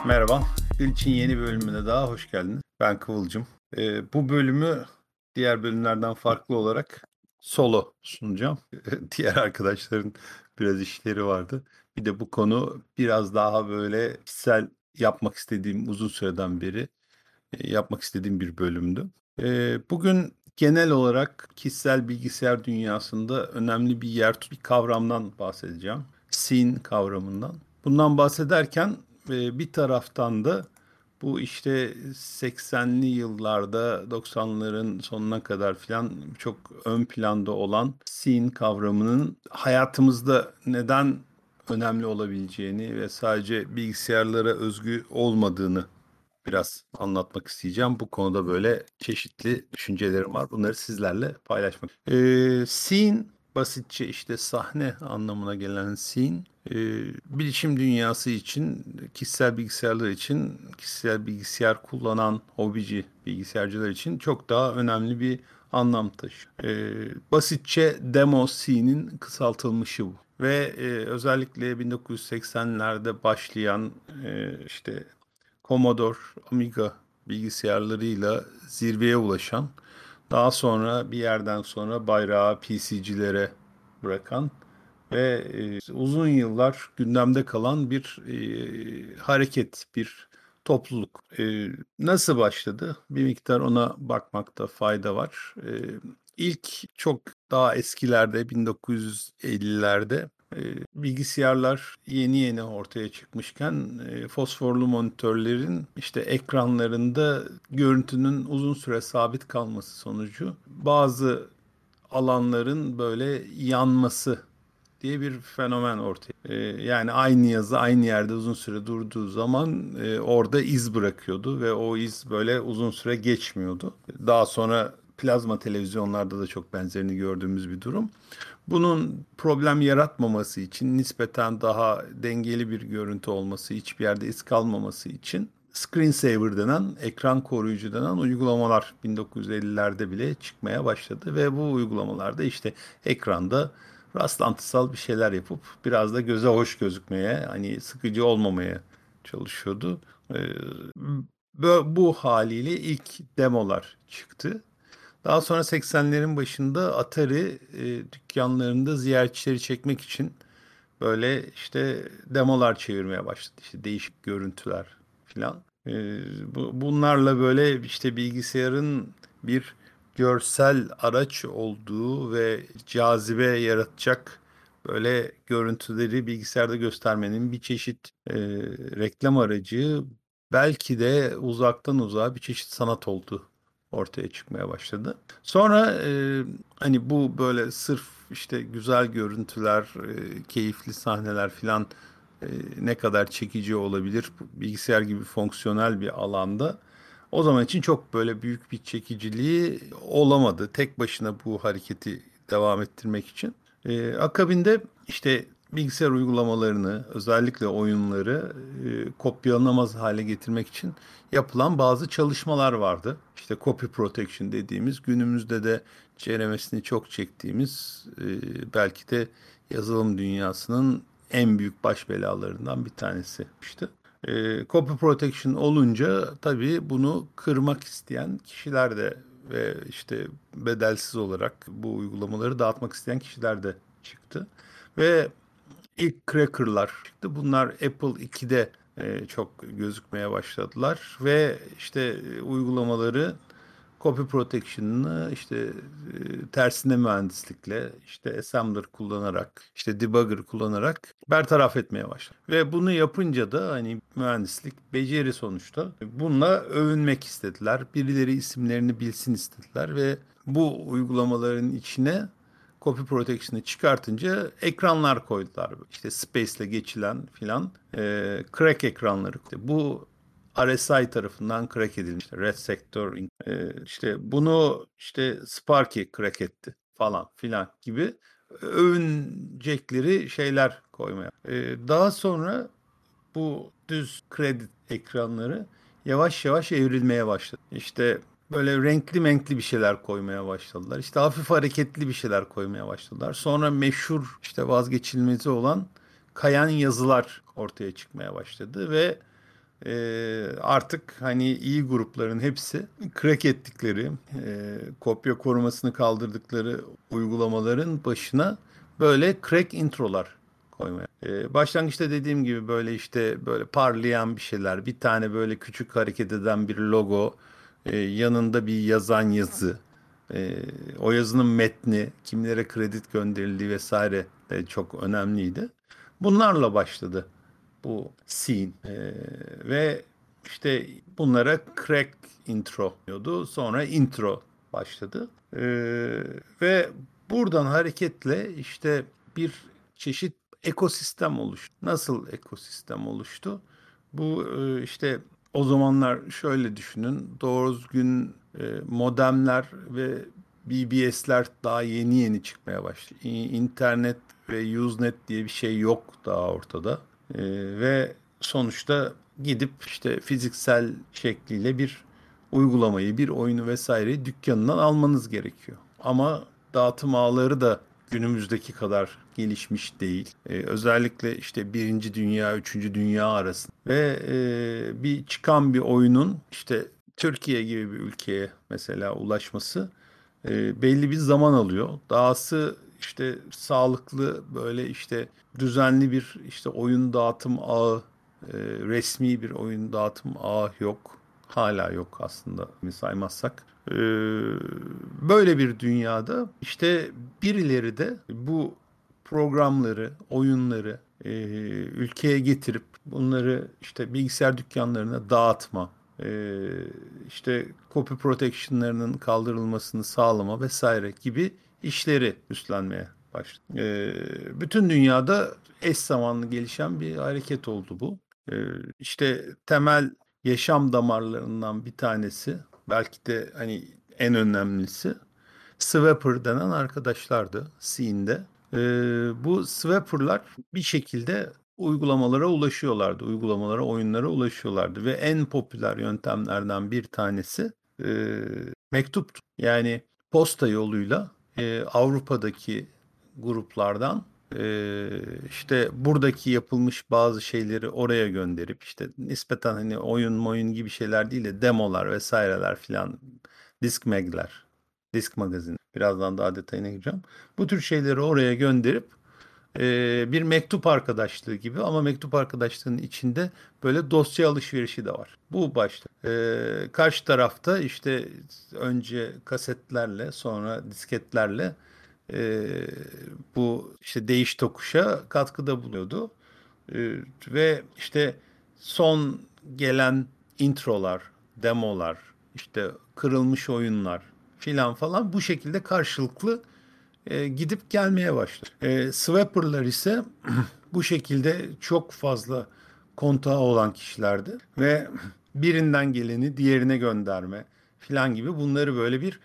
Merhaba. Glitch'in yeni bir bölümüne daha hoş geldiniz. Ben Kıvılcım. Bu bölümü diğer bölümlerden farklı olarak solo sunacağım. Diğer arkadaşların biraz işleri vardı. Bir de bu konu biraz daha böyle kişisel yapmak istediğim uzun süreden beri yapmak istediğim bir bölümdü. Bugün genel olarak kişisel bilgisayar dünyasında önemli bir yer tutan bir kavramdan bahsedeceğim. Scene kavramından. Bundan bahsederken bir taraftan da bu işte 80'li yıllarda 90'ların sonuna kadar filan çok ön planda olan scene kavramının hayatımızda neden önemli olabileceğini ve sadece bilgisayarlara özgü olmadığını biraz anlatmak isteyeceğim. Bu konuda böyle çeşitli düşüncelerim var. Bunları sizlerle paylaşmak. Scene basitçe işte sahne anlamına gelen scene. Bilişim dünyası için, kişisel bilgisayarlar için, kişisel bilgisayar kullanan hobici bilgisayarcılar için çok daha önemli bir anlam taşıyor. Basitçe demo scene'in kısaltılmışı bu. Ve özellikle 1980'lerde başlayan işte Commodore, Amiga bilgisayarlarıyla zirveye ulaşan, daha sonra bir yerden sonra bayrağı PC'cilere bırakan ve uzun yıllar gündemde kalan bir hareket, bir topluluk. Nasıl başladı? Bir miktar ona bakmakta fayda var. İlk çok daha eskilerde 1950'lerde bilgisayarlar yeni yeni ortaya çıkmışken fosforlu monitörlerin işte ekranlarında görüntünün uzun süre sabit kalması sonucu bazı alanların böyle yanması diye bir fenomen ortaya. Yani aynı yazı aynı yerde uzun süre durduğu zaman orada iz bırakıyordu ve o iz böyle uzun süre geçmiyordu. Daha sonra plazma televizyonlarda da çok benzerini gördüğümüz bir durum. Bunun problem yaratmaması için, nispeten daha dengeli bir görüntü olması, hiçbir yerde iz kalmaması için screensaver denen, ekran koruyucu denen uygulamalar 1950'lerde bile çıkmaya başladı ve bu uygulamalarda işte ekranda rastlantısal bir şeyler yapıp biraz da göze hoş gözükmeye, hani sıkıcı olmamaya çalışıyordu. Ee, bu haliyle ilk demolar çıktı. Daha sonra 80'lerin başında Atari dükkanlarında ziyaretçileri çekmek için böyle işte demolar çevirmeye başladı. İşte değişik görüntüler filan. Bunlarla böyle işte bilgisayarın bir görsel araç olduğu ve cazibe yaratacak böyle görüntüleri bilgisayarda göstermenin bir çeşit reklam aracı, belki de uzaktan uzağa bir çeşit sanat olduğu ortaya çıkmaya başladı. Sonra hani bu böyle sırf işte güzel görüntüler, keyifli sahneler filan ne kadar çekici olabilir bilgisayar gibi fonksiyonel bir alanda. O zaman için çok böyle büyük bir çekiciliği olamadı. Tek başına bu hareketi devam ettirmek için. Akabinde işte bilgisayar uygulamalarını, özellikle oyunları kopyalanamaz hale getirmek için yapılan bazı çalışmalar vardı. İşte copy protection dediğimiz, günümüzde de ceremesini çok çektiğimiz, belki de yazılım dünyasının en büyük baş belalarından bir tanesi. İşte copy protection olunca tabii bunu kırmak isteyen kişiler de ve işte bedelsiz olarak bu uygulamaları dağıtmak isteyen kişiler de çıktı. Ve ilk cracker'lar çıktı. Bunlar Apple 2'de çok gözükmeye başladılar ve işte uygulamaları copy protection'ını işte tersine mühendislikle, işte assembler kullanarak, işte debugger kullanarak bertaraf etmeye başladı. Ve bunu yapınca da hani mühendislik beceri sonuçta. Bununla övünmek istediler. Birileri isimlerini bilsin istediler ve bu uygulamaların içine copy protection'ı çıkartınca ekranlar koydular. İşte Space ile geçilen filan crack ekranları. İşte bu RSI tarafından crack edilmiş. İşte Red Sector işte bunu işte Sparky crack etti falan filan gibi övünecekleri şeyler koymaya. Daha sonra bu düz kredi ekranları yavaş yavaş evrilmeye başladı. İşte böyle renkli menkli bir şeyler koymaya başladılar. İşte hafif hareketli bir şeyler koymaya başladılar. Sonra meşhur işte vazgeçilmezi olan kayan yazılar ortaya çıkmaya başladı ve Artık hani iyi grupların hepsi crack ettikleri, kopya korumasını kaldırdıkları uygulamaların başına böyle crack introlar koymaya. Başlangıçta dediğim gibi böyle işte böyle parlayan bir şeyler, bir tane böyle küçük hareket eden bir logo, yanında bir yazan yazı, e, o yazının metni, kimlere kredi gönderildiği vesaire de çok önemliydi. Bunlarla başladı bu scene. Ve işte bunlara crack intro diyordu. Sonra intro başladı. Ve buradan hareketle işte bir çeşit ekosistem oluştu. Nasıl ekosistem oluştu? Bu işte o zamanlar şöyle düşünün. Doğru düzgün modemler ve BBS'ler daha yeni yeni çıkmaya başladı. İnternet ve Usenet diye bir şey yok daha ortada. Ve sonuçta gidip işte fiziksel şekliyle bir uygulamayı, bir oyunu vesaireyi dükkanından almanız gerekiyor. Ama dağıtım ağları da günümüzdeki kadar gelişmiş değil. Özellikle işte Birinci Dünya, Üçüncü Dünya arasında. Ve bir çıkan bir oyunun işte Türkiye gibi bir ülkeye mesela ulaşması belli bir zaman alıyor. Dahası işte sağlıklı böyle işte düzenli bir işte oyun dağıtım ağı, resmi bir oyun dağıtım ağı yok. Hala yok aslında saymazsak. Böyle bir dünyada işte birileri de bu programları, oyunları ülkeye getirip bunları işte bilgisayar dükkanlarına dağıtma, e, işte copy protection'larının kaldırılmasını sağlama vesaire gibi işleri üstlenmeye başladı. Bütün dünyada eş zamanlı gelişen bir hareket oldu bu. Ee, işte temel yaşam damarlarından bir tanesi, belki de hani en önemlisi Swapper denen arkadaşlardı scene'de. Bu Swapper'lar bir şekilde uygulamalara ulaşıyorlardı. Uygulamalara, oyunlara ulaşıyorlardı ve en popüler yöntemlerden bir tanesi mektuptu. Yani posta yoluyla Avrupa'daki gruplardan işte buradaki yapılmış bazı şeyleri oraya gönderip işte nispeten hani oyun gibi şeyler değil de demolar vesaireler filan, disk mag'ler, disk magazin, birazdan daha detayına gireceğim. Bu tür şeyleri oraya gönderip bir mektup arkadaşlığı gibi, ama mektup arkadaşlığının içinde böyle dosya alışverişi de var. Bu başta. Karşı tarafta işte önce kasetlerle sonra disketlerle e, bu işte değiş tokuşa katkıda bulunuyordu. Ve işte son gelen introlar, demolar, işte kırılmış oyunlar filan falan bu şekilde karşılıklı gidip gelmeye başladı. Swapper'lar ise bu şekilde çok fazla kontağı olan kişilerdi ve birinden geleni diğerine gönderme filan gibi bunları böyle bir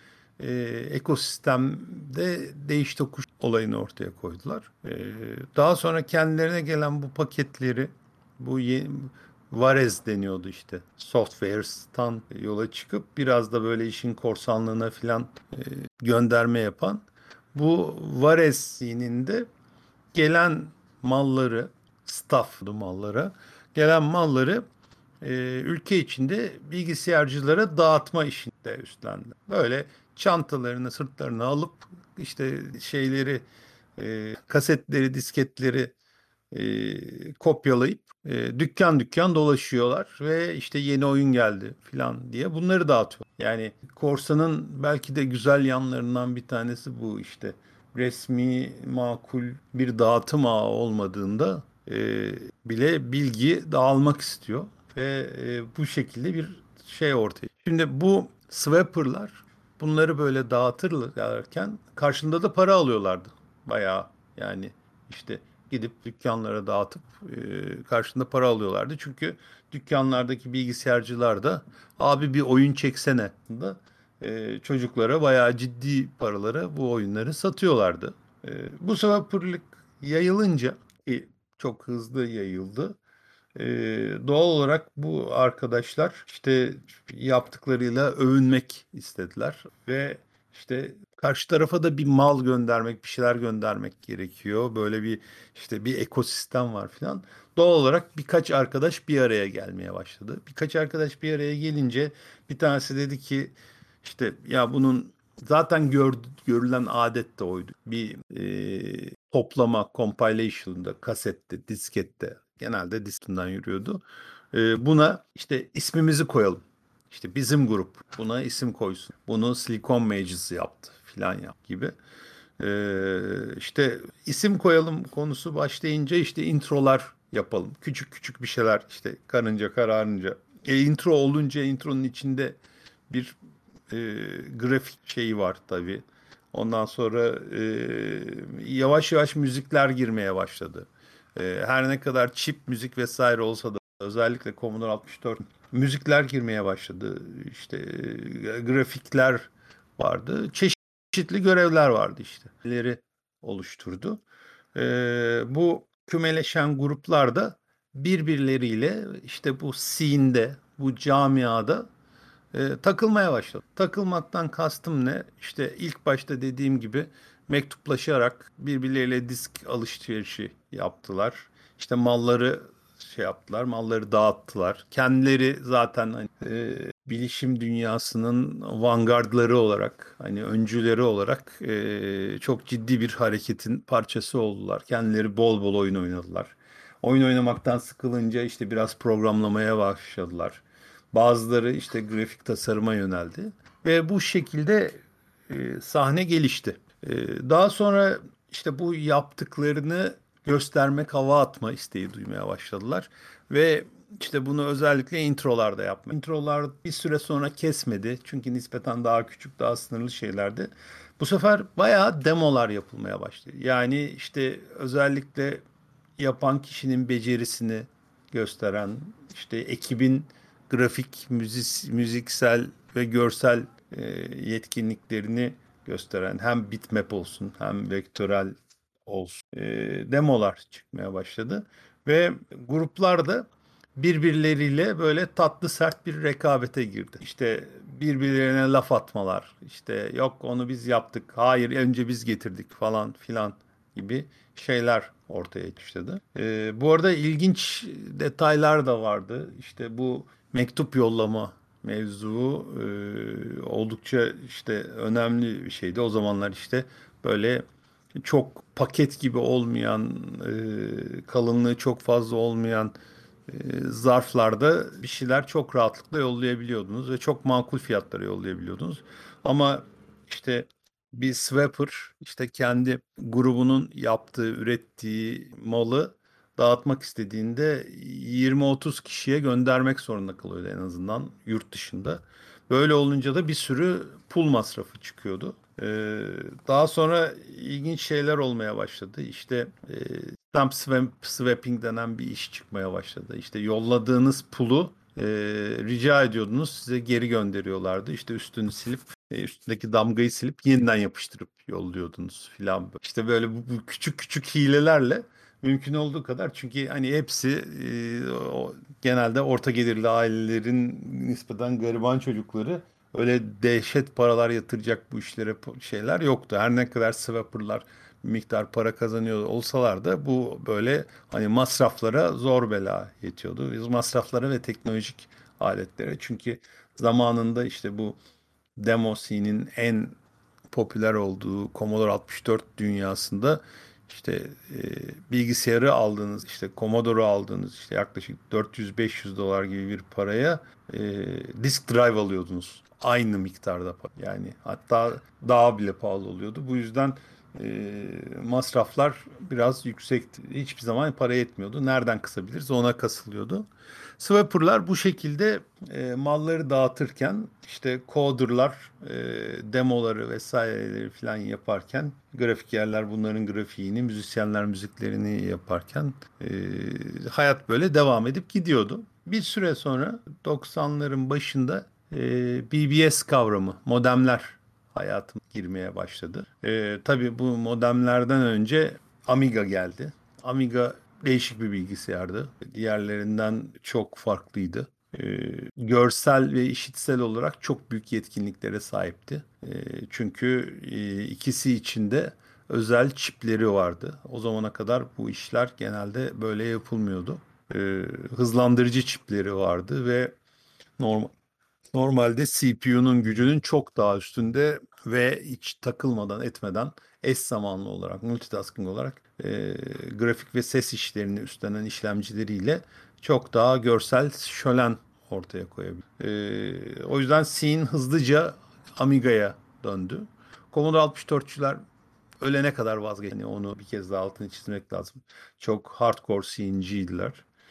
ekosistemde değiş tokuş olayını ortaya koydular. Daha sonra kendilerine gelen bu paketleri, bu Varez deniyordu işte. Softwares'tan yola çıkıp biraz da böyle işin korsanlığına filan gönderme yapan bu Varez'inin de gelen malları, stafflı mallara gelen malları ülke içinde bilgisayarcılara dağıtma işinde üstlendi. Böyle çantalarını sırtlarına alıp işte şeyleri, kasetleri, disketleri kopyalayıp dükkan dükkan dolaşıyorlar ve işte yeni oyun geldi falan diye bunları dağıtıyor. Yani korsanın belki de güzel yanlarından bir tanesi bu işte. Resmi, makul bir dağıtım ağı olmadığında bile bilgi dağılmak istiyor ve bu şekilde bir şey ortaya. Şimdi bu swapper'lar bunları böyle dağıtırlarken karşında da para alıyorlardı. Bayağı yani işte gidip dükkanlara dağıtıp karşında para alıyorlardı. Çünkü dükkanlardaki bilgisayarcılar da abi bir oyun çeksene da çocuklara bayağı ciddi paralara bu oyunları satıyorlardı. Bu swapper'lık yayılınca ki çok hızlı yayıldı. Doğal olarak bu arkadaşlar işte yaptıklarıyla övünmek istediler ve işte karşı tarafa da bir mal göndermek, bir şeyler göndermek gerekiyor. Böyle bir işte bir ekosistem var filan. Doğal olarak birkaç arkadaş bir araya gelmeye başladı. Birkaç arkadaş bir araya gelince bir tanesi dedi ki işte ya bunun zaten görülen adet de oydu. Bir toplama, compilation'da, kasette, diskette genelde diskten yürüyordu. Buna işte ismimizi koyalım. İşte bizim grup buna isim koysun. Bunu Silicon Mages yaptı filan gibi. İşte isim koyalım konusu başlayınca işte introlar yapalım. Küçük küçük bir şeyler işte karınca kararınca. Intro olunca intronun içinde bir e, grafik şeyi var tabii. Ondan sonra yavaş yavaş müzikler girmeye başladı. Her ne kadar çip müzik vesaire olsa da özellikle Commodore 64 müzikler girmeye başladı. İşte grafikler vardı. Çeşitli görevler vardı işte. Oluşturdu. Bu kümeleşen gruplar da birbirleriyle işte bu scene'de, bu camiada takılmaya başladı. Takılmaktan kastım ne? İşte ilk başta dediğim gibi mektuplaşarak birbirleriyle disk alışverişi yaptılar. İşte malları şey yaptılar, malları dağıttılar. Kendileri zaten hani, bilişim dünyasının vanguardları olarak, hani öncüleri olarak çok ciddi bir hareketin parçası oldular. Kendileri bol bol oyun oynadılar. Oyun oynamaktan sıkılınca işte biraz programlamaya başladılar. Bazıları işte grafik tasarıma yöneldi ve bu şekilde sahne gelişti. Daha sonra işte bu yaptıklarını göstermek, hava atma isteği duymaya başladılar ve işte bunu özellikle introlarda yapma. Introlar bir süre sonra kesmedi çünkü nispeten daha küçük, daha sınırlı şeylerdi. Bu sefer bayağı demolar yapılmaya başladı. Yani işte özellikle yapan kişinin becerisini gösteren, işte ekibin grafik, müziksel ve görsel e, yetkinliklerini gösteren hem bitmap olsun hem vektörel olsun demolar çıkmaya başladı ve gruplar da birbirleriyle böyle tatlı sert bir rekabete girdi. İşte birbirlerine laf atmalar, işte yok onu biz yaptık, hayır önce biz getirdik falan filan gibi şeyler ortaya çıktı. Bu arada ilginç detaylar da vardı. İşte bu mektup yollama mevzu oldukça işte önemli bir şeydi. O zamanlar işte böyle çok paket gibi olmayan, kalınlığı çok fazla olmayan zarflarda bir şeyler çok rahatlıkla yollayabiliyordunuz ve çok makul fiyatlara yollayabiliyordunuz. Ama işte bir swapper işte kendi grubunun yaptığı, ürettiği malı dağıtmak istediğinde 20-30 kişiye göndermek zorunda kalıyordu en azından yurt dışında. Böyle olunca da bir sürü pul masrafı çıkıyordu. Daha sonra ilginç şeyler olmaya başladı. İşte swapping denen bir iş çıkmaya başladı. İşte yolladığınız pulu rica ediyordunuz, size geri gönderiyorlardı. İşte üstünü silip üstündeki damgayı silip yeniden yapıştırıp yolluyordunuz filan. İşte böyle bu küçük küçük hilelerle mümkün olduğu kadar çünkü hani hepsi genelde orta gelirli ailelerin nispeten gariban çocukları öyle dehşet paralar yatıracak bu işlere şeyler yoktu. Her ne kadar swapper'lar bir miktar para kazanıyor olsalar da bu böyle hani masraflara zor bela yetiyordu. Biz masraflara ve teknolojik aletlere çünkü zamanında işte bu demo scene'in en popüler olduğu Commodore 64 dünyasında işte bilgisayarı aldığınız işte Commodore'u aldığınız işte yaklaşık 400-500 dolar gibi bir paraya e, disk drive alıyordunuz. Aynı miktarda para. Yani hatta daha bile pahalı oluyordu. Bu yüzden masraflar biraz yüksekti. Hiçbir zaman para yetmiyordu. Nereden kısabiliriz? Ona kasılıyordu. Swapper'lar bu şekilde malları dağıtırken işte coder'lar demoları vesaireleri falan yaparken grafikerler bunların grafiğini, müzisyenler müziklerini yaparken hayat böyle devam edip gidiyordu. Bir süre sonra 90'ların başında BBS kavramı, modemler hayatıma girmeye başladı. Tabii bu modemlerden önce Amiga geldi. Amiga değişik bir bilgisayardı. Diğerlerinden çok farklıydı. görsel ve işitsel olarak çok büyük yetkinliklere sahipti. Çünkü ikisi için de özel çipleri vardı. O zamana kadar bu işler genelde böyle yapılmıyordu. Hızlandırıcı çipleri vardı ve normal normalde CPU'nun gücünün çok daha üstünde ve hiç takılmadan etmeden eş zamanlı olarak, multitasking olarak grafik ve ses işlerini üstlenen işlemcileriyle çok daha görsel şölen ortaya koyabilir. O yüzden Scene hızlıca Amiga'ya döndü. Commodore 64'çüler ölene kadar vazgeçti. Yani onu bir kez daha altını çizmek lazım. Çok hardcore scene'ciydiler.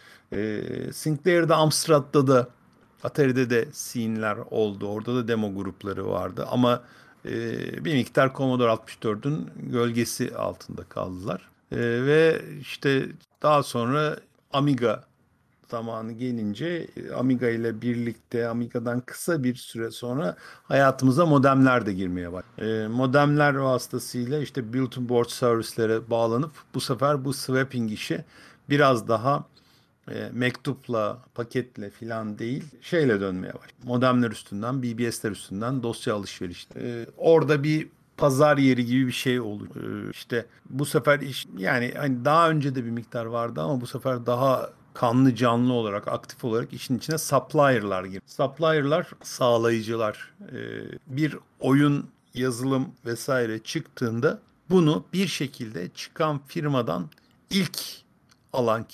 Sinclair'da, Amstrad'da da Atari'de de scene'ler oldu. Orada da demo grupları vardı. Ama bir miktar Commodore 64'ün gölgesi altında kaldılar. Ve işte daha sonra Amiga zamanı gelince Amiga ile birlikte Amiga'dan kısa bir süre sonra hayatımıza modemler de girmeye başladı. Modemler vasıtasıyla işte Bulletin Board servislere bağlanıp bu sefer bu swapping işi biraz daha mektupla, paketle filan değil, şeyle dönmeye başladı. Modemler üstünden, BBS'ler üstünden dosya alışverişi. Orada bir pazar yeri gibi bir şey olur. İşte bu sefer iş yani hani daha önce de bir miktar vardı ama bu sefer daha kanlı canlı olarak, aktif olarak işin içine supplier'lar giriyor. Supplier'lar sağlayıcılar. Bir oyun, yazılım vesaire çıktığında bunu bir şekilde çıkan firmadan ilk alan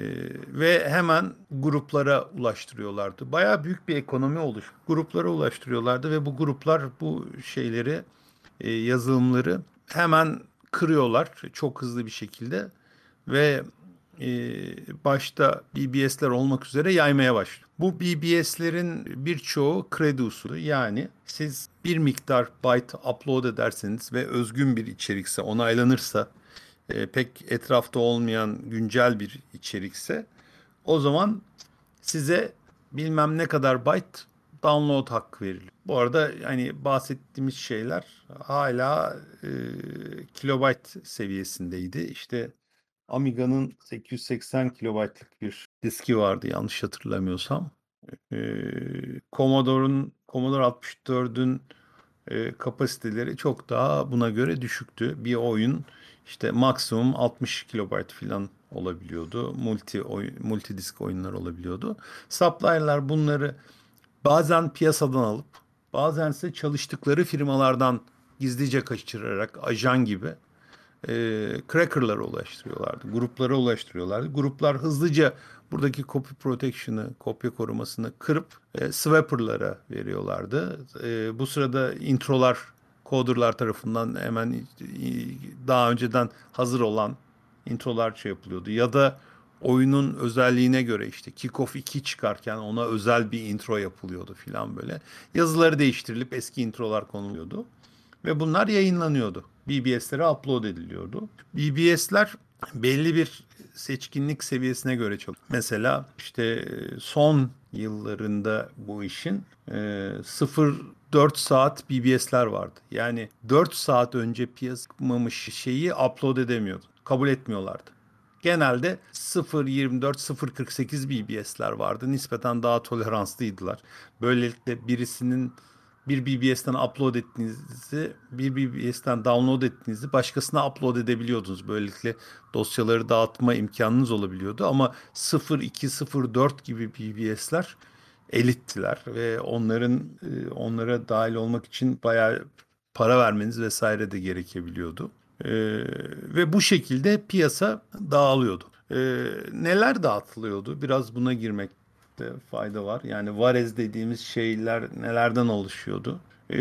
ve hemen gruplara ulaştırıyorlardı. Bayağı büyük bir ekonomi oluş. Gruplara ulaştırıyorlardı ve bu gruplar bu şeyleri, yazılımları hemen kırıyorlar çok hızlı bir şekilde ve e, başta BBS'ler olmak üzere yaymaya başlıyor. Bu BBS'lerin birçoğu kredi usulü, yani siz bir miktar byte upload ederseniz ve özgün bir içerikse, onaylanırsa, pek etrafta olmayan güncel bir içerikse o zaman size bilmem ne kadar byte download hakkı veriliyor. Bu arada hani bahsettiğimiz şeyler hala kilobayt seviyesindeydi. İşte Amiga'nın 880 kilobaytlık bir diski vardı yanlış hatırlamıyorsam. Commodore 64'ün kapasiteleri çok daha buna göre düşüktü. Bir oyun işte maksimum 60 kilobayt falan olabiliyordu. Multi disk oyunlar olabiliyordu. Supplier'lar bunları bazen piyasadan alıp bazense çalıştıkları firmalardan gizlice kaçırarak ajan gibi cracker'lara ulaştırıyorlardı. Gruplara ulaştırıyorlardı. Gruplar hızlıca buradaki copy protection'ı, kopya korumasını kırıp swapper'lara veriyorlardı. Bu sırada introlar coder'lar tarafından hemen daha önceden hazır olan introlar şey yapılıyordu. Ya da oyunun özelliğine göre işte Kickoff 2 çıkarken ona özel bir intro yapılıyordu filan böyle. Yazıları değiştirilip eski introlar konuluyordu. Ve bunlar yayınlanıyordu. BBS'lere upload ediliyordu. BBS'ler belli bir seçkinlik seviyesine göre çok. Mesela işte son yıllarında bu işin 0-4 saat BBS'ler vardı. Yani 4 saat önce piyasamamış şeyi upload edemiyordu. Kabul etmiyorlardı. Genelde 0.24, 0.48 BBS'ler vardı. Nispeten daha toleranslıydılar. Böylelikle birisinin bir BBS'ten upload ettiğinizi, bir BBS'ten download ettiğinizi başkasına upload edebiliyordunuz. Böylelikle dosyaları dağıtma imkanınız olabiliyordu. Ama 0.2, 0.4 gibi BBS'ler elittiler ve onlara dahil olmak için bayağı para vermeniz vesaire de gerekebiliyordu. Ee, Ve bu şekilde piyasa dağılıyordu. Neler dağıtılıyordu? Biraz buna girmekte fayda var. Yani varez dediğimiz şeyler nelerden oluşuyordu?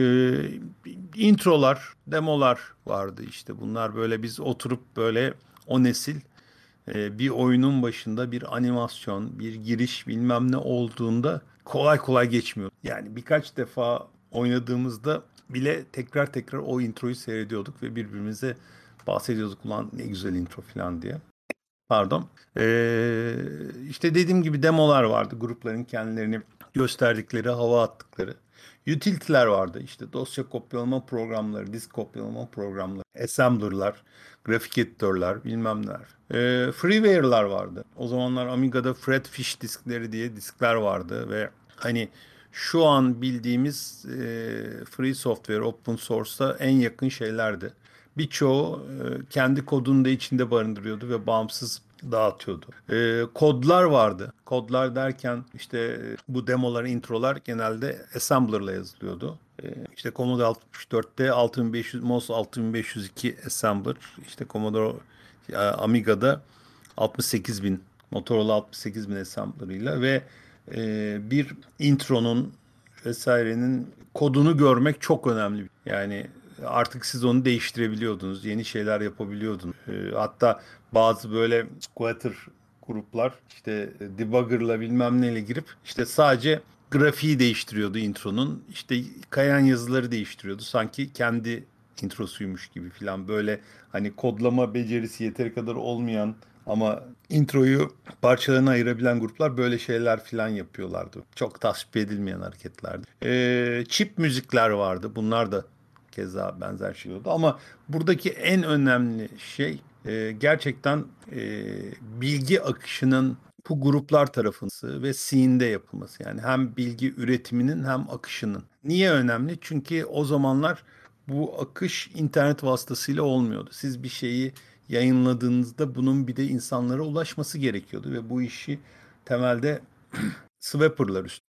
Introlar, demolar vardı işte. Bunlar böyle biz oturup böyle o nesil bir oyunun başında bir animasyon, bir giriş bilmem ne olduğunda kolay kolay geçmiyor. Yani birkaç defa oynadığımızda bile tekrar tekrar o introyu seyrediyorduk ve birbirimize bahsediyorduk ulan ne güzel intro falan diye. Pardon. İşte dediğim gibi demolar vardı. Grupların kendilerini gösterdikleri, hava attıkları. Utility'ler vardı. İşte dosya kopyalama programları, disk kopyalama programları, assembler'lar, grafik editörler, bilmem neler. Freeware'lar vardı. O zamanlar Amiga'da Fredfish diskleri diye diskler vardı ve hani şu an bildiğimiz free software, open source'a en yakın şeylerdi. Birçoğu kendi kodunu da içinde barındırıyordu ve bağımsız dağıtıyordu. Kodlar vardı. Kodlar derken işte bu demolar, introlar genelde assembler'la yazılıyordu. İşte Commodore 64'te 6500, MOS 6502 assembler, işte Commodore Amiga'da 68000, Motorola 68000 assembler'ıyla ve bir intronun vesairenin kodunu görmek çok önemli. Yani artık siz onu değiştirebiliyordunuz. Yeni şeyler yapabiliyordunuz. Hatta bazı böyle squatter gruplar işte debugger'la bilmem neyle girip işte sadece grafiği değiştiriyordu intronun. İşte kayan yazıları değiştiriyordu. Sanki kendi introsuymuş gibi falan, böyle hani kodlama becerisi yeteri kadar olmayan ama introyu parçalarına ayırabilen gruplar böyle şeyler filan yapıyorlardı. Çok tasvip edilmeyen hareketlerdi. Chip müzikler vardı. Bunlar da keza benzer şey oldu. Ama buradaki en önemli şey gerçekten bilgi akışının bu gruplar tarafından ve scene'de yapılması. Yani hem bilgi üretiminin hem akışının. Niye önemli? Çünkü o zamanlar bu akış internet vasıtasıyla olmuyordu. Siz bir şeyi yayınladığınızda bunun bir de insanlara ulaşması gerekiyordu ve bu işi temelde Swapper'lar üst.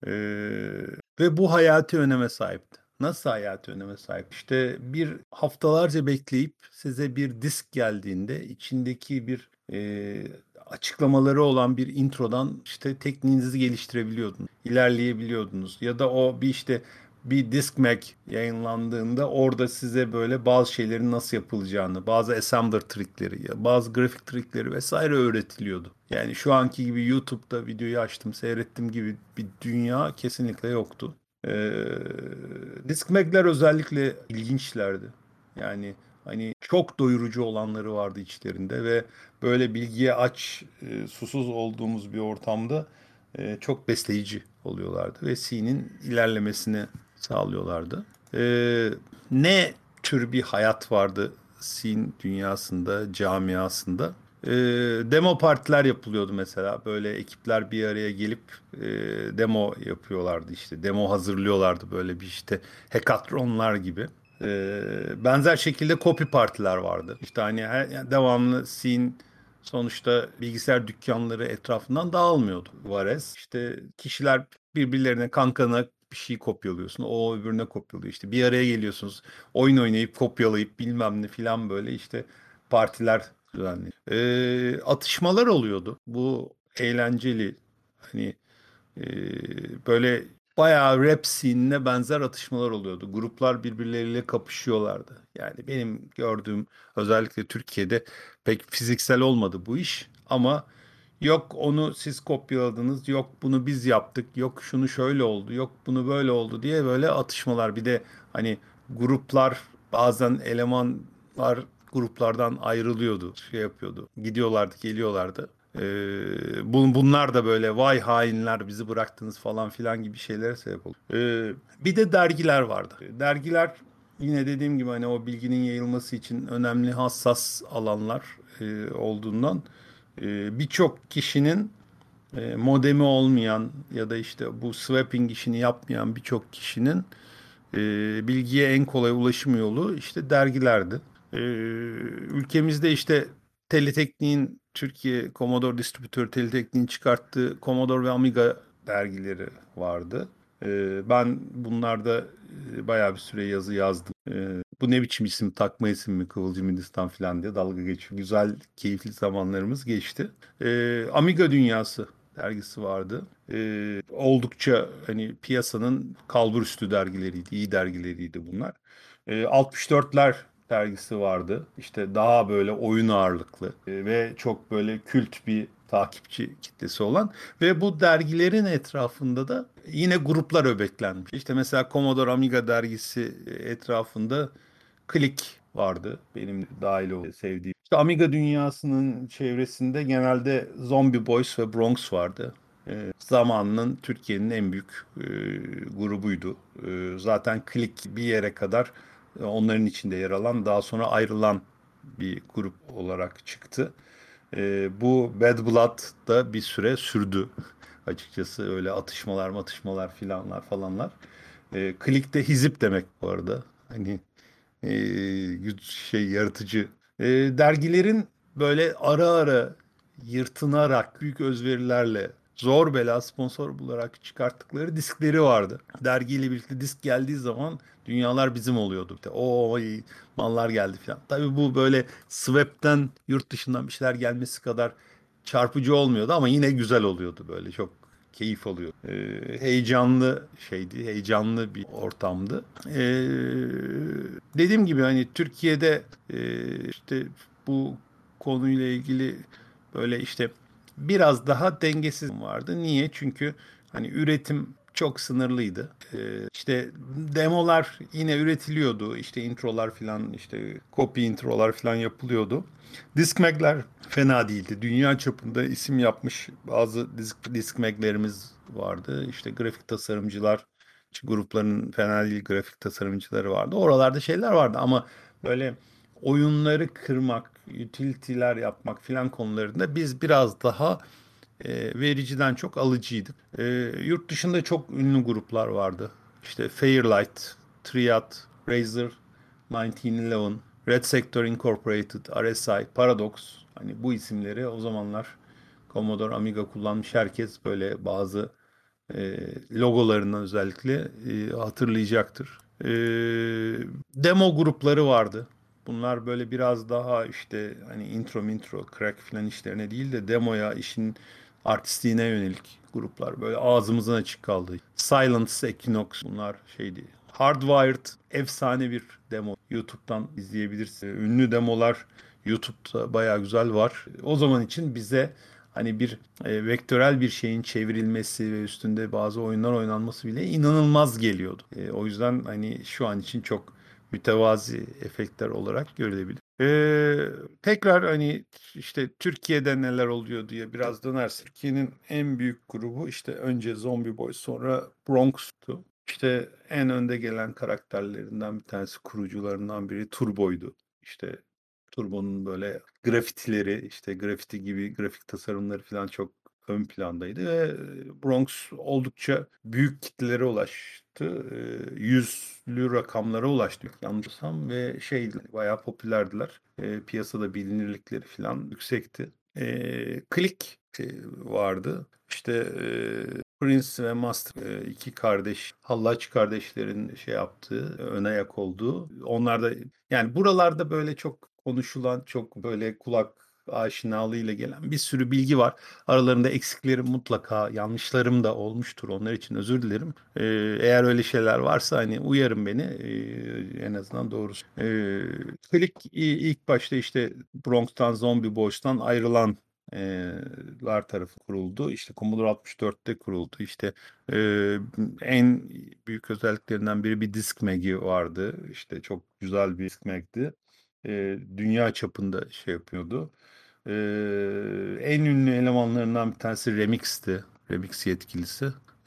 Ve bu hayati öneme sahipti. Nasıl hayati öneme sahip? İşte bir haftalarca bekleyip size bir disk geldiğinde içindeki bir açıklamaları olan bir introdan işte tekniğinizi geliştirebiliyordunuz, ilerleyebiliyordunuz. Ya da o bir işte bir Disk Mac yayınlandığında orada size böyle bazı şeylerin nasıl yapılacağını, bazı assembler trikleri, bazı grafik trikleri vesaire öğretiliyordu. Yani şu anki gibi YouTube'da videoyu açtım, seyrettim gibi bir dünya kesinlikle yoktu. Ee, Disk Mac'ler özellikle ilginçlerdi. Yani hani çok doyurucu olanları vardı içlerinde ve böyle bilgiye aç, susuz olduğumuz bir ortamda çok besleyici oluyorlardı ve C'nin ilerlemesini sağlıyorlardı. Ne tür bir hayat vardı C'nin dünyasında, camiasında? E, Demo partiler yapılıyordu mesela. Böyle ekipler bir araya gelip demo yapıyorlardı işte. Demo hazırlıyorlardı böyle bir işte hackathonlar gibi. Benzer şekilde copy partiler vardı. İşte hani yani devamlı C'nin sonuçta bilgisayar dükkanları etrafından dağılmıyordu. Varez işte kişiler birbirlerine, kankana bir şey kopyalıyorsun. O öbürüne kopyalıyor. İşte bir araya geliyorsunuz. Oyun oynayıp kopyalayıp bilmem ne filan, böyle işte partiler düzenli. Atışmalar oluyordu. Bu eğlenceli. Hani böyle bayağı rap scene'ine benzer atışmalar oluyordu. Gruplar birbirleriyle kapışıyorlardı. Yani benim gördüğüm, özellikle Türkiye'de pek fiziksel olmadı bu iş ama yok onu siz kopyaladınız, yok bunu biz yaptık, yok şunu şöyle oldu, yok bunu böyle oldu diye böyle atışmalar. Bir de hani gruplar, bazen elemanlar gruplardan ayrılıyordu, şey yapıyordu. Gidiyorlardı, geliyorlardı. Bunlar da böyle vay hainler bizi bıraktınız falan filan gibi şeylere sebep oldu. Bir de dergiler vardı. Dergiler yine dediğim gibi hani o bilginin yayılması için önemli, hassas alanlar olduğundan birçok kişinin modemi olmayan ya da işte bu swapping işini yapmayan birçok kişinin bilgiye en kolay ulaşım yolu işte dergilerdi. Ülkemizde işte Teleteknik'in, Türkiye Commodore Distribütörü Teleteknik'in çıkarttığı Commodore ve Amiga dergileri vardı. Ben bunlarda bayağı bir süre yazı yazdım. Bu ne biçim isim, takma isim mi, Kıvılcım Hindistan falan diye dalga geçiyor. Güzel, keyifli zamanlarımız geçti. Amiga Dünyası dergisi vardı. Oldukça hani piyasanın kalburüstü dergileriydi, iyi dergileriydi bunlar. 64'ler dergisi vardı. İşte daha böyle oyun ağırlıklı ve çok böyle kült bir takipçi kitlesi olan ve bu dergilerin etrafında da yine gruplar öbeklenmiş. İşte mesela Commodore Amiga dergisi etrafında Klik vardı. Benim dahil olduğum sevdiğim. İşte Amiga dünyasının çevresinde genelde Zombie Boys ve Bronx vardı. Zamanının Türkiye'nin en büyük grubuydu. Zaten Klik bir yere kadar onların içinde yer alan, daha sonra ayrılan bir grup olarak çıktı. Bu Bad Blood da bir süre sürdü. Açıkçası öyle atışmalar filanlar falanlar. Klik de hizip demek bu arada. Hani yaratıcı. Dergilerin böyle ara ara yırtınarak büyük özverilerle zor bela sponsor bularak çıkarttıkları diskleri vardı. Dergiyle birlikte disk geldiği zaman dünyalar bizim oluyordu. İşte, o mallar geldi falan. Tabii bu böyle Swap'ten yurt dışından bir şeyler gelmesi kadar çarpıcı olmuyordu ama yine güzel oluyordu böyle çok keyif alıyor. Heyecanlı şeydi, heyecanlı bir ortamdı. Dediğim gibi hani Türkiye'de işte bu konuyla ilgili böyle işte biraz daha dengesiz vardı. Niye? Çünkü hani üretim çok sınırlıydı. İşte demolar yine üretiliyordu. İşte introlar falan işte copy introlar falan yapılıyordu. Discmag'ler fena değildi. Dünya çapında isim yapmış bazı Discmag'lerimiz vardı. İşte grafik tasarımcılar grupların fena değil grafik tasarımcıları vardı. Oralarda şeyler vardı ama böyle oyunları kırmak, utility'ler yapmak filan konularında biz biraz daha vericiden çok alıcıydık. Yurt dışında çok ünlü gruplar vardı. İşte Fairlight, Triad, Razer, 1911, Red Sector Incorporated, RSI, Paradox. Hani bu isimleri o zamanlar Commodore Amiga kullanmış herkes böyle bazı logolarından özellikle hatırlayacaktır. Demo grupları vardı. Bunlar böyle biraz daha işte hani intro, crack falan işlerine değil de demoya, işin artistliğine yönelik gruplar. Böyle ağzımızdan açık kaldı. Silence, Equinox bunlar şeydi. Hardwired efsane bir demo. YouTube'dan izleyebilirsin. Ünlü demolar YouTube'da bayağı güzel var. O zaman için bize hani bir vektörel bir şeyin çevrilmesi ve üstünde bazı oyunlar oynanması bile inanılmaz geliyordu. O yüzden hani şu an için çok mütevazi efektler olarak görülebilir. Tekrar hani işte Türkiye'de neler oluyor diye biraz dönersek Türkiye'nin en büyük grubu işte önce Zombie Boys sonra Bronx'tu. İşte en önde gelen karakterlerinden bir tanesi kurucularından biri Turbo'ydu. İşte Turbo'nun böyle grafitileri işte grafiti gibi grafik tasarımları falan çok ön plandaydı ve Bronx oldukça büyük kitlelere ulaştı. Yüzlü rakamlara ulaştı yanlışsam ve şeydi bayağı popülerdiler. Piyasada bilinirlikleri falan yüksekti. Click vardı. İşte Prince ve Master iki kardeş, Hallaç kardeşlerin şey yaptığı, ön ayak olduğu. Onlar da yani buralarda böyle çok konuşulan, çok böyle kulak aşinalığıyla gelen bir sürü bilgi var. Aralarında eksiklerim mutlaka, yanlışlarım da olmuştur. Onlar için özür dilerim. Eğer öyle şeyler varsa hani uyarın beni. En azından doğrusu. Click ilk başta işte Bronx'tan, Zombie Boys'tan ayrılan lar tarafı kuruldu. İşte Commodore 64'te kuruldu. İşte en büyük özelliklerinden biri bir disk magi vardı. İşte çok güzel bir disk mag'di. Dünya çapında şey yapıyordu. En ünlü elemanlarından bir tanesi Remix'ti. Remix yetkilisi.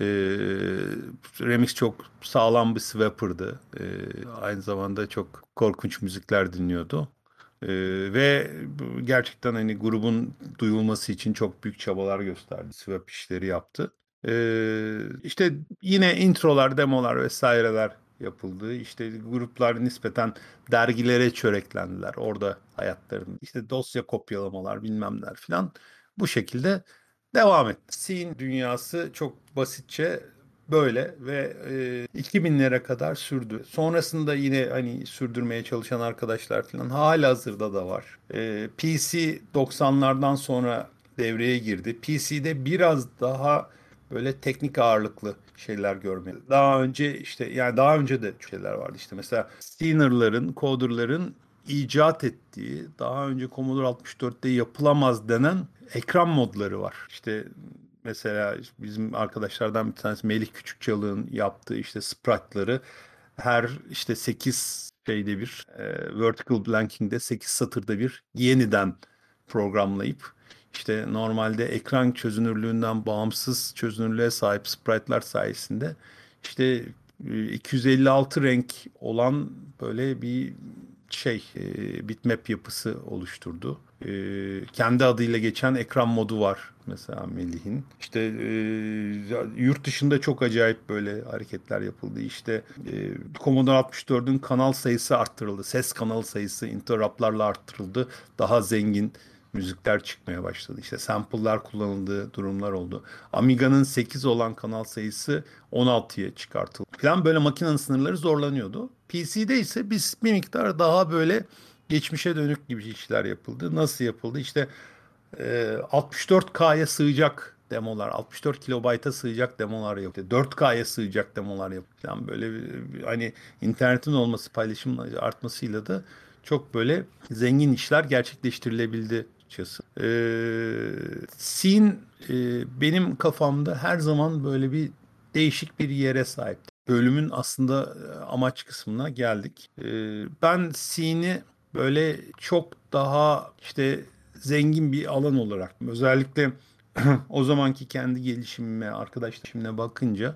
Remix çok sağlam bir swapper'dı. Aynı zamanda çok korkunç müzikler dinliyordu. Ee, ve gerçekten hani grubun duyulması için çok büyük çabalar gösterdi. Swap işleri yaptı. İşte yine introlar, demolar vesaireler yapıldı. İşte gruplar nispeten dergilere çöreklendiler. Orada hayatlarını işte dosya kopyalamalar bilmem neler filan bu şekilde devam etti. Scene dünyası çok basitçe böyle ve 2000'lere kadar sürdü. Sonrasında yine hani sürdürmeye çalışan arkadaşlar falan halihazırda da var. PC 90'lardan sonra devreye girdi. PC'de biraz daha böyle teknik ağırlıklı şeyler görmeli. Daha önce işte yani daha önce de şeyler vardı işte mesela Steaner'ların, coder'ların icat ettiği daha önce Commodore 64'te yapılamaz denen ekran modları var. İşte mesela bizim arkadaşlardan bir tanesi Melih Küçükçalık'ın yaptığı işte sprite'ları her işte 8 şeyde bir vertical blanking'de 8 satırda bir yeniden programlayıp işte normalde ekran çözünürlüğünden bağımsız çözünürlüğe sahip sprite'lar sayesinde işte 256 renk olan böyle bir bitmap yapısı oluşturdu. Kendi adıyla geçen ekran modu var mesela Melih'in. İşte yurt dışında çok acayip böyle hareketler yapıldı. İşte Commodore 64'ün kanal sayısı arttırıldı. Ses kanal sayısı interruptlarla arttırıldı. Daha zengin müzikler çıkmaya başladı. İşte sample'lar kullanıldığı durumlar oldu. Amiga'nın 8 olan kanal sayısı 16'ya çıkartıldı. Falan böyle makinenin sınırları zorlanıyordu. PC'de ise biz bir miktar daha böyle geçmişe dönük gibi işler yapıldı. Nasıl yapıldı? İşte 64K'ya sığacak demolar, 64 kilobayta sığacak demolar yapıldı. 4K'ya sığacak demolar yapıldı. Falan böyle hani internetin olması, paylaşımın artmasıyla da çok böyle zengin işler gerçekleştirilebildi açıkçası. Scene benim kafamda her zaman böyle bir değişik bir yere sahip. Bölümün aslında amaç kısmına geldik. Ben Scene'i böyle çok daha işte zengin bir alan olarak özellikle o zamanki kendi gelişimime, arkadaşlarımla bakınca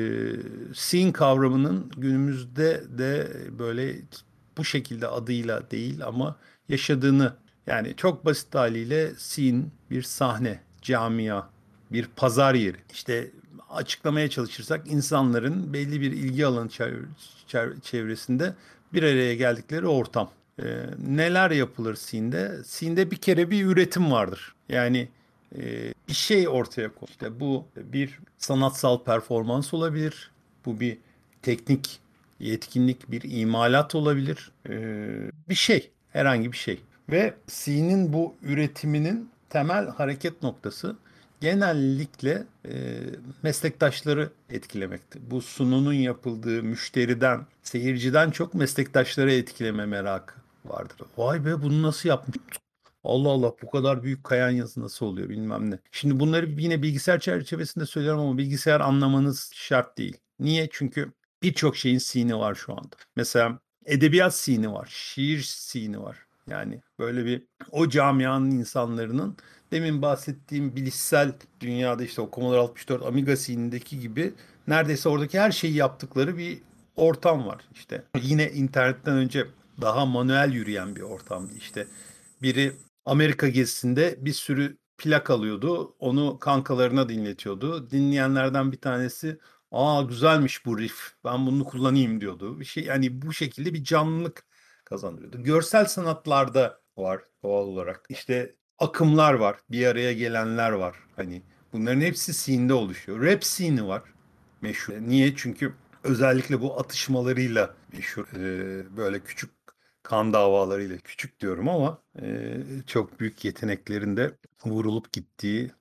scene kavramının günümüzde de böyle bu şekilde adıyla değil ama yaşadığını yani çok basit haliyle scene bir sahne, camia, bir pazar yeri. İşte açıklamaya çalışırsak insanların belli bir ilgi alanı çevresinde bir araya geldikleri ortam. Neler yapılır Scene'de? Scene'de bir kere bir üretim vardır. Yani bir şey ortaya koy. İşte bu bir sanatsal performans olabilir. Bu bir teknik yetkinlik, bir imalat olabilir. Bir şey, herhangi bir şey. Ve C'nin bu üretiminin temel hareket noktası genellikle meslektaşları etkilemekte. Bu sununun yapıldığı müşteriden, seyirciden çok meslektaşları etkileme merakı vardır. Vay be bunu nasıl yapmış? Allah Allah bu kadar büyük kayan yazı nasıl oluyor bilmem ne. Şimdi bunları yine bilgisayar çerçevesinde söylüyorum ama bilgisayar anlamanız şart değil. Niye? Çünkü birçok şeyin sini var şu anda. Mesela edebiyat sini var, şiir sini var. Yani böyle bir o camianın insanların demin bahsettiğim bilişsel dünyada işte o Commodore 64 Amiga scene'indeki gibi neredeyse oradaki her şeyi yaptıkları bir ortam var. İşte yine internetten önce daha manuel yürüyen bir ortamdı. İşte biri Amerika gezisinde bir sürü plak alıyordu. Onu kankalarına dinletiyordu. Dinleyenlerden bir tanesi aa güzelmiş bu riff. Ben bunu kullanayım diyordu. Bir şey yani bu şekilde bir canlılık kazandırıyordu. Görsel sanatlarda var doğal olarak. İşte akımlar var, bir araya gelenler var. Hani bunların hepsi scene'de oluşuyor. Rap scene'i var meşhur. Niye? Çünkü özellikle bu atışmalarıyla meşhur. Böyle küçük kan davalarıyla küçük diyorum ama çok büyük yeteneklerinde vurulup gittiği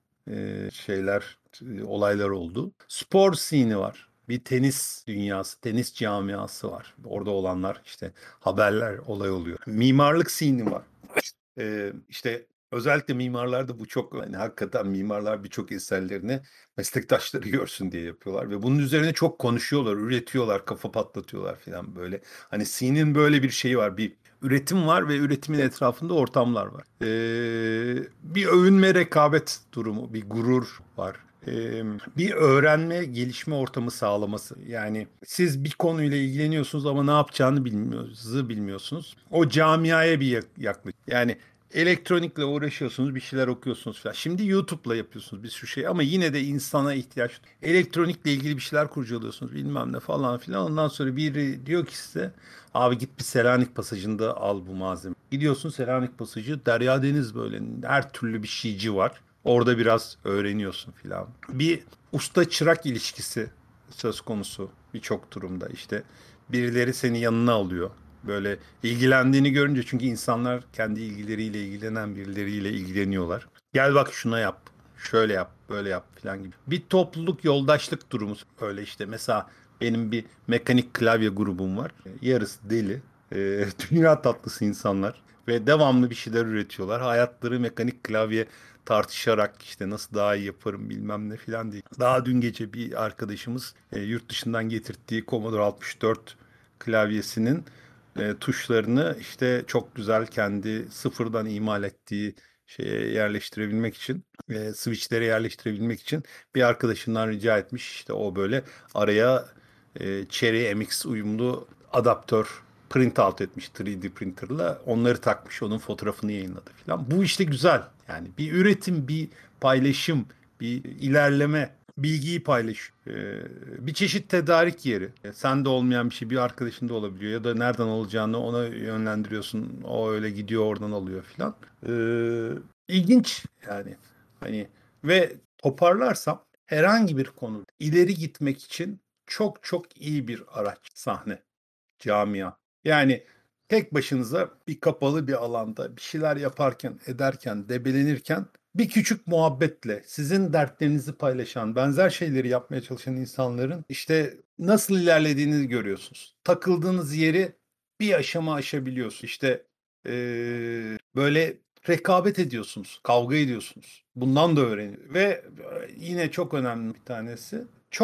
olaylar oldu. Spor scene'i var. Bir tenis dünyası, tenis camiası var. Orada olanlar işte haberler, olay oluyor. Mimarlık scene'i var. İşte özellikle mimarlarda bu çok hani hakikaten mimarlar birçok eserlerini meslektaşları görsün diye yapıyorlar ve bunun üzerine çok konuşuyorlar, üretiyorlar, kafa patlatıyorlar falan böyle. Hani C'nin böyle bir şeyi var, bir üretim var ve üretimin etrafında ortamlar var. Bir övünme rekabet durumu, bir gurur var. Bir öğrenme, gelişme ortamı sağlaması. Yani siz bir konuyla ilgileniyorsunuz ama ne yapacağını bilmiyorsunuz. O camiaya bir yaklaşım. Yani elektronikle uğraşıyorsunuz, bir şeyler okuyorsunuz falan. Şimdi YouTube'la yapıyorsunuz bir sürü şey ama yine de insana ihtiyaç. Elektronikle ilgili bir şeyler kurcalıyorsunuz bilmem ne falan filan. Ondan sonra biri diyor ki size abi git bir Selanik Pasajı'nda al bu malzeme. Gidiyorsun Selanik Pasajı, Derya Deniz böyle her türlü bir şeyci var. Orada biraz öğreniyorsun filan. Bir usta çırak ilişkisi söz konusu birçok durumda. İşte birileri seni yanına alıyor. Böyle ilgilendiğini görünce çünkü insanlar kendi ilgileriyle ilgilenen birileriyle ilgileniyorlar. Gel bak şuna yap, şöyle yap, böyle yap falan gibi. Bir topluluk yoldaşlık durumu öyle işte. Mesela benim bir mekanik klavye grubum var. Yarısı deli. Dünya tatlısı insanlar ve devamlı bir şeyler üretiyorlar. Hayatları mekanik klavye tartışarak işte nasıl daha iyi yaparım bilmem ne filan değil. Daha dün gece bir arkadaşımız yurt dışından getirdiği Commodore 64 klavyesinin tuşlarını işte çok güzel kendi sıfırdan imal ettiği şeye yerleştirebilmek için, switchlere yerleştirebilmek için bir arkadaşından rica etmiş. İşte o böyle araya Cherry MX uyumlu adaptör print out etmiş 3D printerla. Onları takmış, onun fotoğrafını yayınladı falan. Bu işte güzel. Yani bir üretim, bir paylaşım, bir ilerleme, bilgiyi paylaş. Bir çeşit tedarik yeri. Sende olmayan bir şey bir arkadaşında olabiliyor ya da nereden alacağını ona yönlendiriyorsun. O öyle gidiyor oradan alıyor filan. İlginç yani. Hani ve toparlarsam herhangi bir konu ileri gitmek için çok çok iyi bir araç sahne, camia. Yani tek başınıza bir kapalı bir alanda bir şeyler yaparken, ederken, debelenirken bir küçük muhabbetle sizin dertlerinizi paylaşan, benzer şeyleri yapmaya çalışan insanların işte nasıl ilerlediğini görüyorsunuz. Takıldığınız yeri bir aşama aşabiliyorsunuz. İşte böyle rekabet ediyorsunuz, kavga ediyorsunuz. Bundan da öğreniyor. Ve yine çok önemli bir tanesi,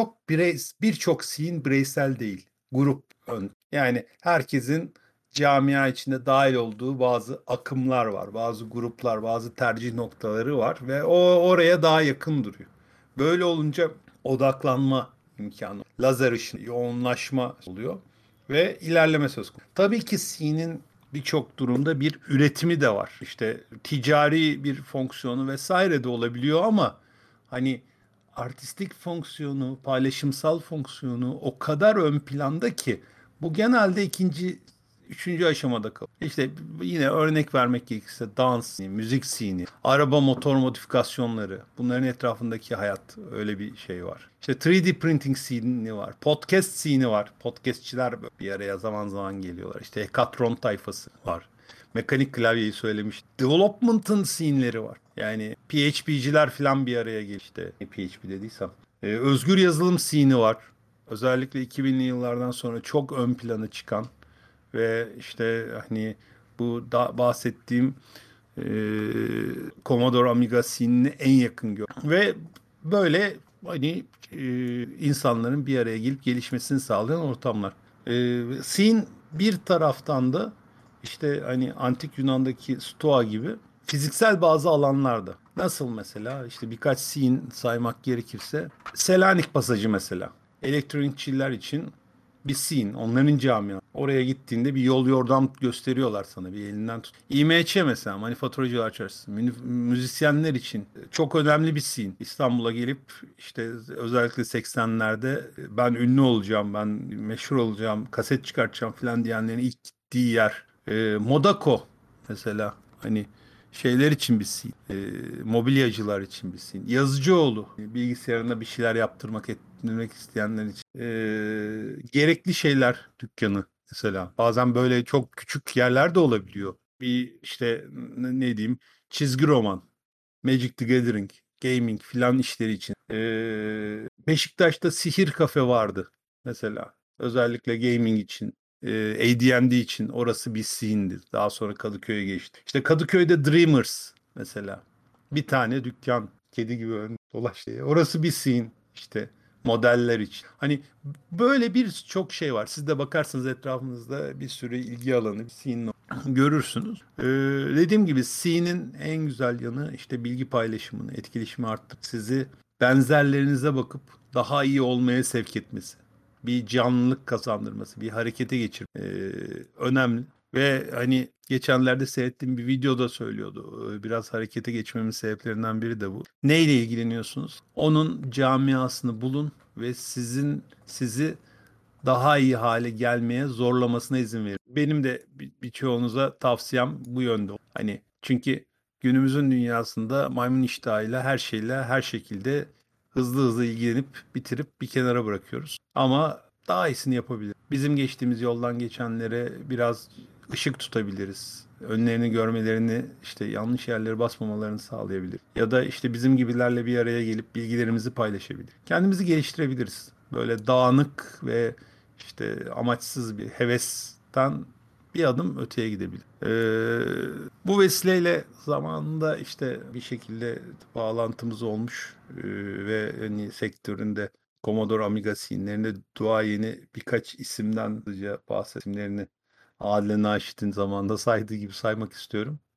birçok scene bireysel değil, grup ön. Yani herkesin camia içinde dahil olduğu bazı akımlar var, bazı gruplar, bazı tercih noktaları var ve o oraya daha yakın duruyor. Böyle olunca odaklanma imkanı, lazer ışını, yoğunlaşma oluyor ve ilerleme söz konusu. Tabii ki C'nin birçok durumda bir üretimi de var. İşte ticari bir fonksiyonu vesaire de olabiliyor ama hani artistik fonksiyonu, paylaşımsal fonksiyonu o kadar ön planda ki bu genelde ikinci, üçüncü aşamada kalıyor. İşte yine örnek vermek gerekirse dans, müzik scene, araba motor modifikasyonları, bunların etrafındaki hayat, öyle bir şey var. İşte 3D printing scene'i var, podcast scene'i var. Podcastçiler bir araya zaman zaman geliyorlar. İşte Hekatron tayfası var. Mekanik klavyeyi söylemiş. Development'ın scene'leri var. Yani PHP'ciler falan bir araya geliyor. İşte PHP dediysem. Özgür yazılım scene'i var. Özellikle 2000'li yıllardan sonra çok ön plana çıkan ve işte hani bu da bahsettiğim e, Commodore Amiga scene'ine en yakın gör. Ve böyle hani insanların bir araya gelip gelişmesini sağlayan ortamlar. Scene bir taraftan da işte hani antik Yunan'daki Stoa gibi fiziksel bazı alanlarda. Nasıl mesela işte birkaç scene saymak gerekirse Selanik pasajı mesela. Elektronikçiler için bir scene, onların camia. Oraya gittiğinde bir yol yordam gösteriyorlar sana, bir elinden tut. IMC mesela, Manifaturacılar Çarşısı, müzisyenler için çok önemli bir scene. İstanbul'a gelip işte özellikle 80'lerde ben ünlü olacağım, ben meşhur olacağım, kaset çıkartacağım falan diyenlerin ilk gittiği yer. Modako mesela, hani şeyler için bir scene, mobilyacılar için bir scene. Yazıcıoğlu, bilgisayarında bir şeyler yaptırmak, ettirmek isteyenler için. Gerekli şeyler dükkanı mesela. Bazen böyle çok küçük yerler de olabiliyor. Bir işte ne diyeyim, çizgi roman, Magic the Gathering, gaming filan işleri için. Beşiktaş'ta Sihir Kafe vardı mesela. Özellikle gaming için. AD&D için orası bir scene'di. Daha sonra Kadıköy'e geçti. İşte Kadıköy'de Dreamers mesela. Bir tane dükkan. Kedi gibi ön dolaş diye. Orası bir scene. İşte modeller için. Hani böyle bir çok şey var. Siz de bakarsanız etrafınızda bir sürü ilgi alanı, bir scene görürsünüz. Dediğim gibi C'nin en güzel yanı işte bilgi paylaşımını, etkileşimi arttırıp sizi benzerlerinize bakıp daha iyi olmaya sevk etmesi. Bir canlılık kazandırması, bir harekete geçir önemli. Ve hani geçenlerde seyrettiğim bir videoda söylüyordu. Biraz harekete geçmemin sebeplerinden biri de bu. Neyle ilgileniyorsunuz? Onun camiasını bulun ve sizi daha iyi hale gelmeye zorlamasına izin verin. Benim de birçoğunuza tavsiyem bu yönde. Hani çünkü günümüzün dünyasında maymun iştahıyla her şeyle her şekilde hızlı hızlı ilgilenip bitirip bir kenara bırakıyoruz. Ama daha iyisini yapabiliriz. Bizim geçtiğimiz yoldan geçenlere biraz ışık tutabiliriz. Önlerini görmelerini, işte yanlış yerlere basmamalarını sağlayabilir. Ya da işte bizim gibilerle bir araya gelip bilgilerimizi paylaşabilir. Kendimizi geliştirebiliriz. Böyle dağınık ve işte amaçsız bir hevesten bir adım öteye gidebilir. Bu vesileyle zamanında işte bir şekilde bağlantımız olmuş ve hani sektöründe Commodore Amiga scene'lerinde duayeni birkaç isimden hızlıca bahset isimlerini Adile Naşit'in zamanında saydığı gibi saymak istiyorum.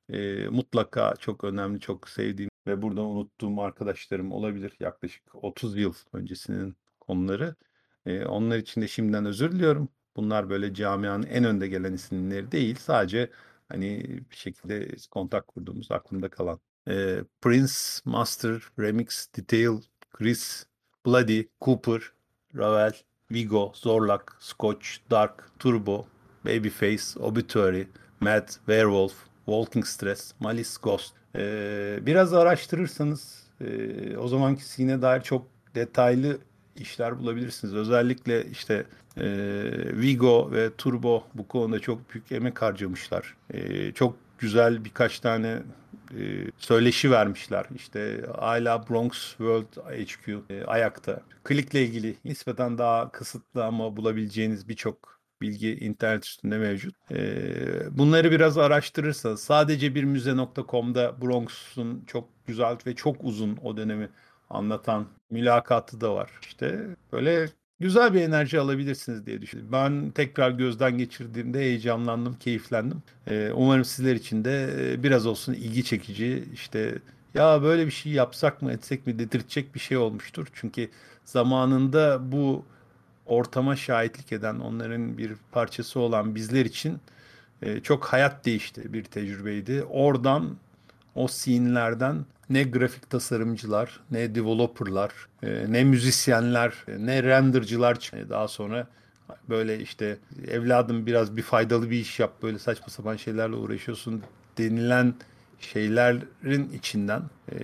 Mutlaka çok önemli, çok sevdiğim ve burada unuttuğum arkadaşlarım olabilir. Yaklaşık 30 yıl öncesinin konuları. Onlar için de şimdiden özür diliyorum. Bunlar böyle camianın en önde gelen isimleri değil. Sadece hani bir şekilde kontak kurduğumuz, aklımda kalan. Prince, Master, Remix, Detail, Chris, Bloody, Cooper, Ravel, Vigo, Zorlak, Scotch, Dark, Turbo, Babyface, Obituary, Mad, Werewolf, Walking Stress, Malice Ghost. Biraz araştırırsanız o zamanki scene dair çok detaylı işler bulabilirsiniz. Özellikle işte e, Vigo ve Turbo bu konuda çok büyük emek harcamışlar. Çok güzel birkaç tane söyleşi vermişler. İşte hala Bronx World HQ ayakta. Klikle ilgili nispeten daha kısıtlı ama bulabileceğiniz birçok bilgi internet üstünde mevcut. Bunları biraz araştırırsanız sadece bir müze.com'da Bronx'un çok güzel ve çok uzun o dönemi anlatan mülakatı da var. İşte böyle güzel bir enerji alabilirsiniz diye düşünüyorum. Ben tekrar gözden geçirdiğimde heyecanlandım, keyiflendim. Umarım sizler için de biraz olsun ilgi çekici, işte ya böyle bir şey yapsak mı etsek mi dedirtecek bir şey olmuştur. Çünkü zamanında bu ortama şahitlik eden, onların bir parçası olan bizler için çok hayat değişti bir tecrübeydi. Oradan o scene'lerden ne grafik tasarımcılar, ne developerlar, ne müzisyenler, ne rendercılar çıktı. Daha sonra böyle işte evladım biraz bir faydalı bir iş yap, böyle saçma sapan şeylerle uğraşıyorsun denilen şeylerin içinden,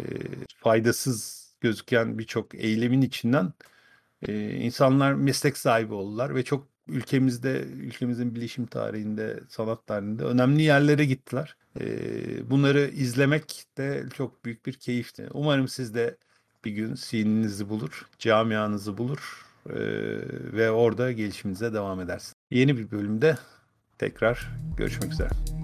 faydasız gözüken birçok eylemin içinden insanlar meslek sahibi oldular ve çok ülkemizin bilişim tarihinde, sanat tarihinde önemli yerlere gittiler. Bunları izlemek de çok büyük bir keyifti. Umarım siz de bir gün scene'inizi bulur, camianızı bulur ve orada gelişiminize devam edersiniz. Yeni bir bölümde tekrar görüşmek üzere.